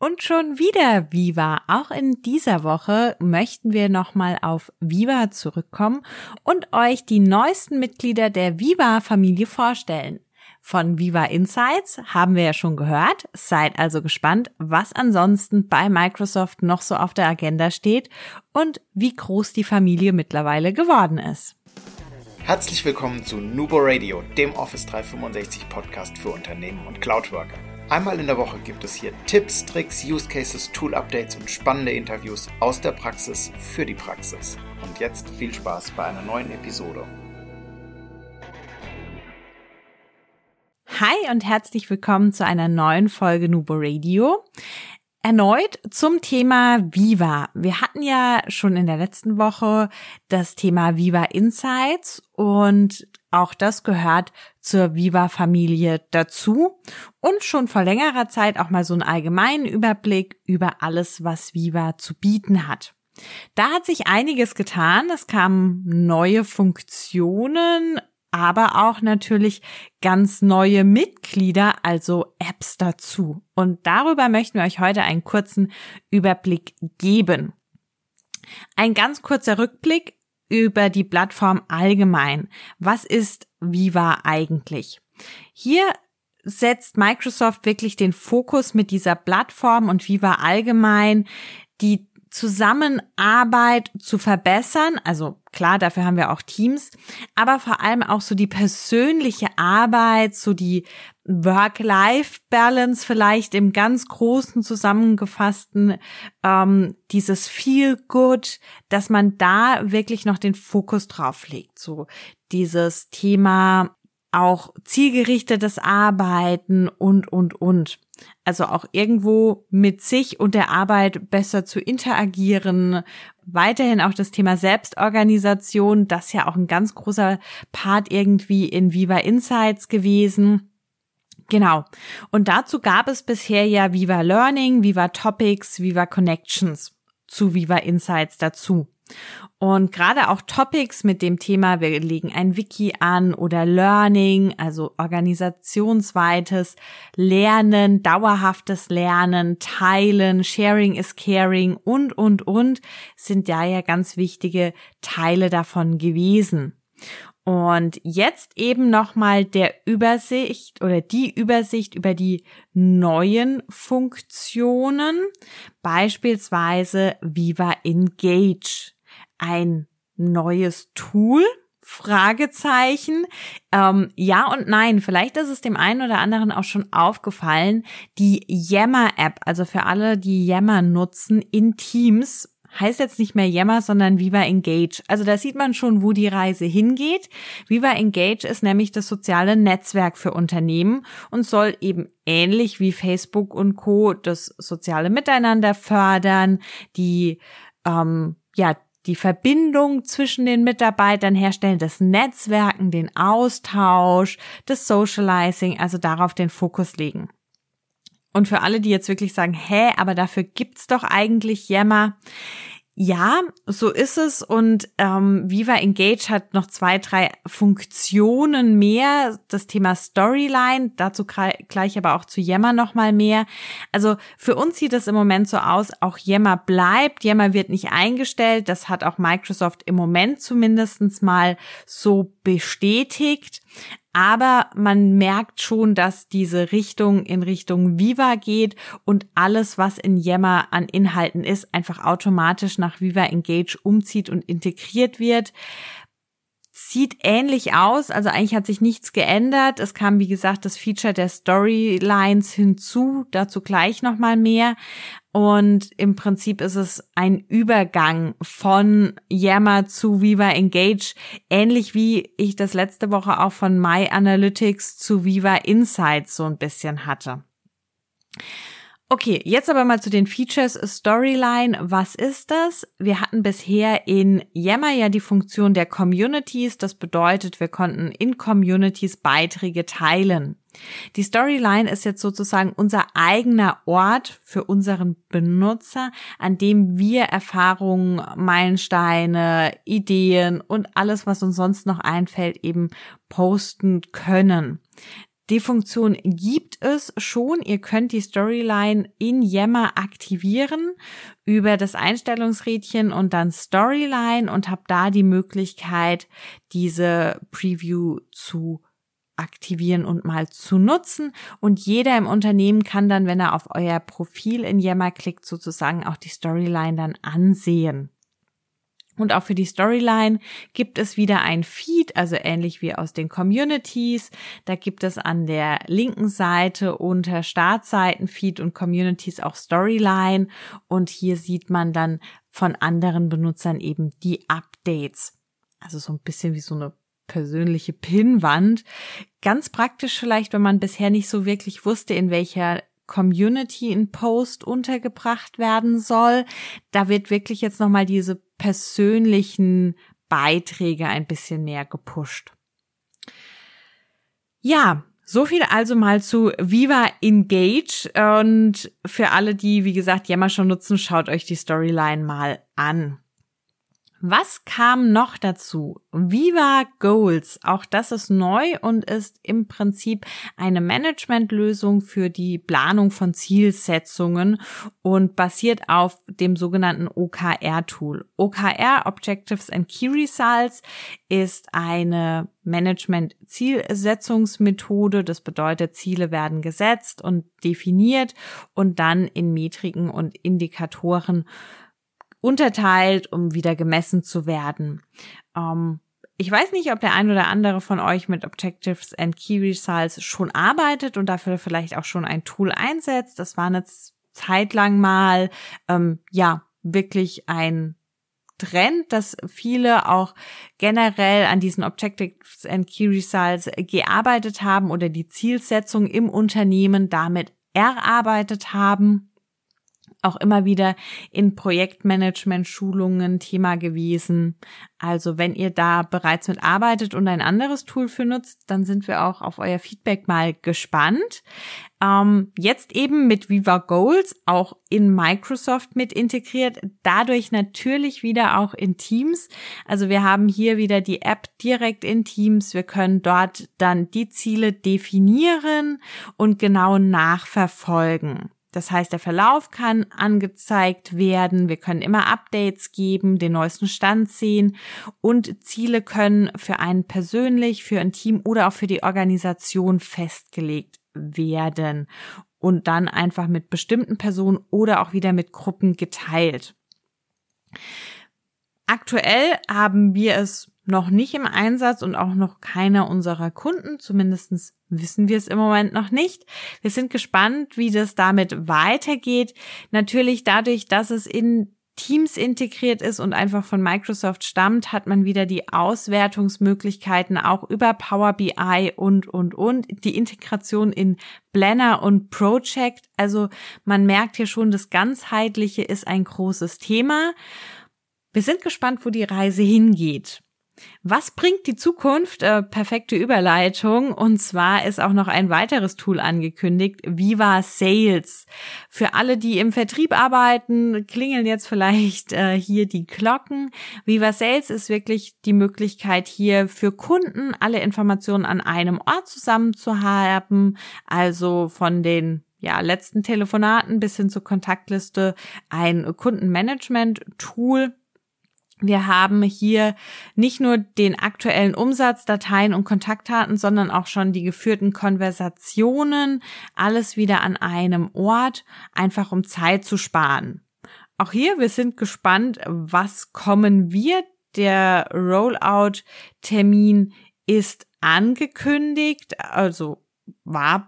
Und schon wieder Viva. Auch in dieser Woche möchten wir nochmal auf Viva zurückkommen und euch die neuesten Mitglieder der Viva-Familie vorstellen. Von Viva Insights haben wir ja schon gehört. Seid also gespannt, was ansonsten bei Microsoft noch so auf der Agenda steht und wie groß die Familie mittlerweile geworden ist. Herzlich willkommen zu Nubo Radio, dem Office 365 Podcast für Unternehmen und Cloudworker. Einmal in der Woche gibt es hier Tipps, Tricks, Use Cases, Tool-Updates und spannende Interviews aus der Praxis für die Praxis. Und jetzt viel Spaß bei einer neuen Episode. Hi und herzlich willkommen zu einer neuen Folge Nubo Radio. Erneut zum Thema Viva. Wir hatten ja schon in der letzten Woche das Thema Viva Insights und auch das gehört zur Viva-Familie dazu und schon vor längerer Zeit auch mal so einen allgemeinen Überblick über alles, was Viva zu bieten hat. Da hat sich einiges getan. Es kamen neue Funktionen, aber auch natürlich ganz neue Mitglieder, also Apps dazu. Und darüber möchten wir euch heute einen kurzen Überblick geben. Ein ganz kurzer Rückblick über die Plattform allgemein. Was ist Viva eigentlich? Hier setzt Microsoft wirklich den Fokus mit dieser Plattform und Viva allgemein, die Zusammenarbeit zu verbessern, also klar, dafür haben wir auch Teams, aber vor allem auch so die persönliche Arbeit, so die Work-Life-Balance vielleicht im ganz großen zusammengefassten, dieses Feel-Good, dass man da wirklich noch den Fokus drauf legt, so dieses Thema auch zielgerichtetes Arbeiten und. Also auch irgendwo mit sich und der Arbeit besser zu interagieren. Weiterhin auch das Thema Selbstorganisation, das ja auch ein ganz großer Part irgendwie in Viva Insights gewesen. Genau. Und dazu gab es bisher ja Viva Learning, Viva Topics, Viva Connections zu Viva Insights dazu. Und gerade auch Topics mit dem Thema, wir legen ein Wiki an oder Learning, also organisationsweites Lernen, dauerhaftes Lernen, Teilen, Sharing is Caring und, sind ja ganz wichtige Teile davon gewesen. Und jetzt eben nochmal der Übersicht oder die Übersicht über die neuen Funktionen, beispielsweise Viva Engage. Ein neues Tool? Fragezeichen. Ja und nein. Vielleicht ist es dem einen oder anderen auch schon aufgefallen. Die Yammer-App, also für alle, die Yammer nutzen in Teams, heißt jetzt nicht mehr Yammer, sondern Viva Engage. Also da sieht man schon, wo die Reise hingeht. Viva Engage ist nämlich das soziale Netzwerk für Unternehmen und soll eben ähnlich wie Facebook und Co. das soziale Miteinander fördern, die Verbindung zwischen den Mitarbeitern herstellen, das Netzwerken, den Austausch, das Socializing, also darauf den Fokus legen. Und für alle, die jetzt wirklich sagen, aber dafür gibt's doch eigentlich Yammer. Ja, so ist es und Viva Engage hat noch 2, 3 Funktionen mehr. Das Thema Storyline, dazu gleich aber auch zu Yammer nochmal mehr. Also für uns sieht es im Moment so aus, auch Yammer bleibt. Yammer wird nicht eingestellt. Das hat auch Microsoft im Moment zumindest mal so bestätigt. Aber man merkt schon, dass diese Richtung in Richtung Viva geht und alles, was in Yammer an Inhalten ist, einfach automatisch nach Viva Engage umzieht und integriert wird. Sieht ähnlich aus, also eigentlich hat sich nichts geändert. Es kam, wie gesagt, das Feature der Storylines hinzu, dazu gleich nochmal mehr. Und im Prinzip ist es ein Übergang von Yammer zu Viva Engage, ähnlich wie ich das letzte Woche auch von My Analytics zu Viva Insights so ein bisschen hatte. Okay, jetzt aber mal zu den Features. Storyline, was ist das? Wir hatten bisher in Yammer ja die Funktion der Communities. Das bedeutet, wir konnten in Communities Beiträge teilen. Die Storyline ist jetzt sozusagen unser eigener Ort für unseren Benutzer, an dem wir Erfahrungen, Meilensteine, Ideen und alles, was uns sonst noch einfällt, eben posten können. Die Funktion gibt es schon. Ihr könnt die Storyline in Yammer aktivieren über das Einstellungsrädchen und dann Storyline und habt da die Möglichkeit, diese Preview zu aktivieren und mal zu nutzen. Und jeder im Unternehmen kann dann, wenn er auf euer Profil in Yammer klickt, sozusagen auch die Storyline dann ansehen. Und auch für die Storyline gibt es wieder ein Feed, also ähnlich wie aus den Communities. Da gibt es an der linken Seite unter Startseiten-Feed und Communities auch Storyline. Und hier sieht man dann von anderen Benutzern eben die Updates. Also so ein bisschen wie so eine persönliche Pinnwand. Ganz praktisch vielleicht, wenn man bisher nicht so wirklich wusste, in welcher Community ein Post untergebracht werden soll. Da wird wirklich jetzt nochmal diese persönlichen Beiträge ein bisschen mehr gepusht. Ja, so viel also mal zu Viva Engage. Und für alle, die, wie gesagt, Yammer schon nutzen, schaut euch die Storyline mal an. Was kam noch dazu? Viva Goals. Auch das ist neu und ist im Prinzip eine Managementlösung für die Planung von Zielsetzungen und basiert auf dem sogenannten OKR-Tool. OKR, Objectives and Key Results, ist eine Management-Zielsetzungsmethode. Das bedeutet, Ziele werden gesetzt und definiert und dann in Metriken und Indikatoren unterteilt, um wieder gemessen zu werden. Ich weiß nicht, ob der ein oder andere von euch mit Objectives and Key Results schon arbeitet und dafür vielleicht auch schon ein Tool einsetzt. Das war eine Zeit lang mal, wirklich ein Trend, dass viele auch generell an diesen Objectives and Key Results gearbeitet haben oder die Zielsetzung im Unternehmen damit erarbeitet haben. Auch immer wieder in Projektmanagement-Schulungen Thema gewesen. Also wenn ihr da bereits mit arbeitet und ein anderes Tool für nutzt, dann sind wir auch auf euer Feedback mal gespannt. Jetzt eben mit Viva Goals auch in Microsoft mit integriert, dadurch natürlich wieder auch in Teams. Also wir haben hier wieder die App direkt in Teams. Wir können dort dann die Ziele definieren und genau nachverfolgen. Das heißt, der Verlauf kann angezeigt werden, wir können immer Updates geben, den neuesten Stand sehen und Ziele können für einen persönlich, für ein Team oder auch für die Organisation festgelegt werden und dann einfach mit bestimmten Personen oder auch wieder mit Gruppen geteilt. Aktuell haben wir es noch nicht im Einsatz und auch noch keiner unserer Kunden, zumindest wissen wir es im Moment noch nicht. Wir sind gespannt, wie das damit weitergeht. Natürlich dadurch, dass es in Teams integriert ist und einfach von Microsoft stammt, hat man wieder die Auswertungsmöglichkeiten auch über Power BI und die Integration in Planner und Project. Also man merkt hier schon, das Ganzheitliche ist ein großes Thema. Wir sind gespannt, wo die Reise hingeht. Was bringt die Zukunft? Perfekte Überleitung. Und zwar ist auch noch ein weiteres Tool angekündigt, Viva Sales. Für alle, die im Vertrieb arbeiten, klingeln jetzt vielleicht hier die Glocken. Viva Sales ist wirklich die Möglichkeit, hier für Kunden alle Informationen an einem Ort zusammen zu haben. Also von den letzten Telefonaten bis hin zur Kontaktliste ein Kundenmanagement-Tool. Wir haben hier nicht nur den aktuellen Umsatz, Dateien und Kontaktdaten, sondern auch schon die geführten Konversationen, alles wieder an einem Ort, einfach um Zeit zu sparen. Auch hier, wir sind gespannt, was kommen wird. Der Rollout-Termin ist angekündigt, also war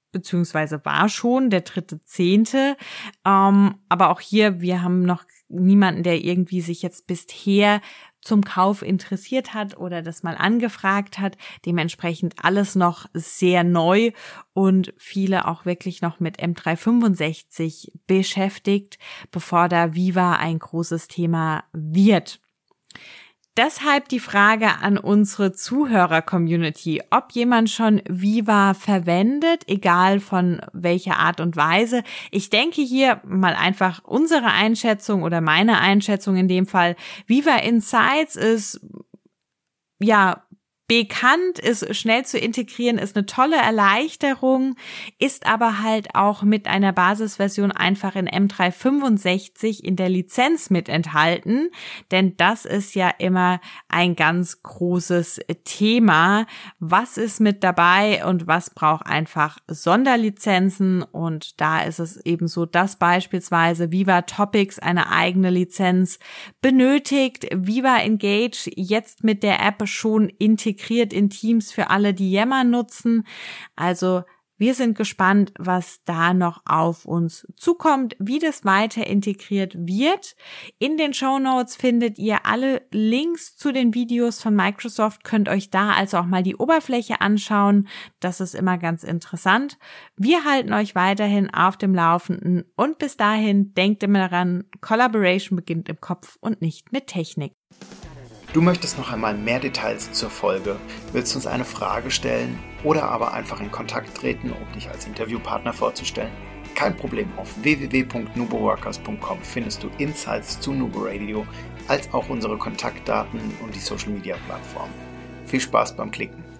schon der 3.10. Aber auch hier, wir haben noch niemanden, der irgendwie sich jetzt bisher zum Kauf interessiert hat oder das mal angefragt hat. Dementsprechend alles noch sehr neu und viele auch wirklich noch mit M365 beschäftigt, bevor da Viva ein großes Thema wird. Deshalb die Frage an unsere Zuhörer-Community, ob jemand schon Viva verwendet, egal von welcher Art und Weise. Ich denke hier mal einfach unsere Einschätzung oder meine Einschätzung in dem Fall. Viva Insights ist bekannt, ist schnell zu integrieren, ist eine tolle Erleichterung, ist aber halt auch mit einer Basisversion einfach in M365 in der Lizenz mit enthalten, denn das ist ja immer ein ganz großes Thema. Was ist mit dabei und was braucht einfach Sonderlizenzen? Und da ist es eben so, dass beispielsweise Viva Topics eine eigene Lizenz benötigt, Viva Engage jetzt mit der App schon integriert in Teams für alle, die Yammer nutzen. Also wir sind gespannt, was da noch auf uns zukommt, wie das weiter integriert wird. In den Shownotes findet ihr alle Links zu den Videos von Microsoft, könnt euch da also auch mal die Oberfläche anschauen. Das ist immer ganz interessant. Wir halten euch weiterhin auf dem Laufenden und bis dahin denkt immer daran, Collaboration beginnt im Kopf und nicht mit Technik. Du möchtest noch einmal mehr Details zur Folge, willst uns eine Frage stellen oder aber einfach in Kontakt treten, um dich als Interviewpartner vorzustellen? Kein Problem, auf www.nuboworkers.com findest du Insights zu Nubo Radio, als auch unsere Kontaktdaten und die Social Media Plattform. Viel Spaß beim Klicken!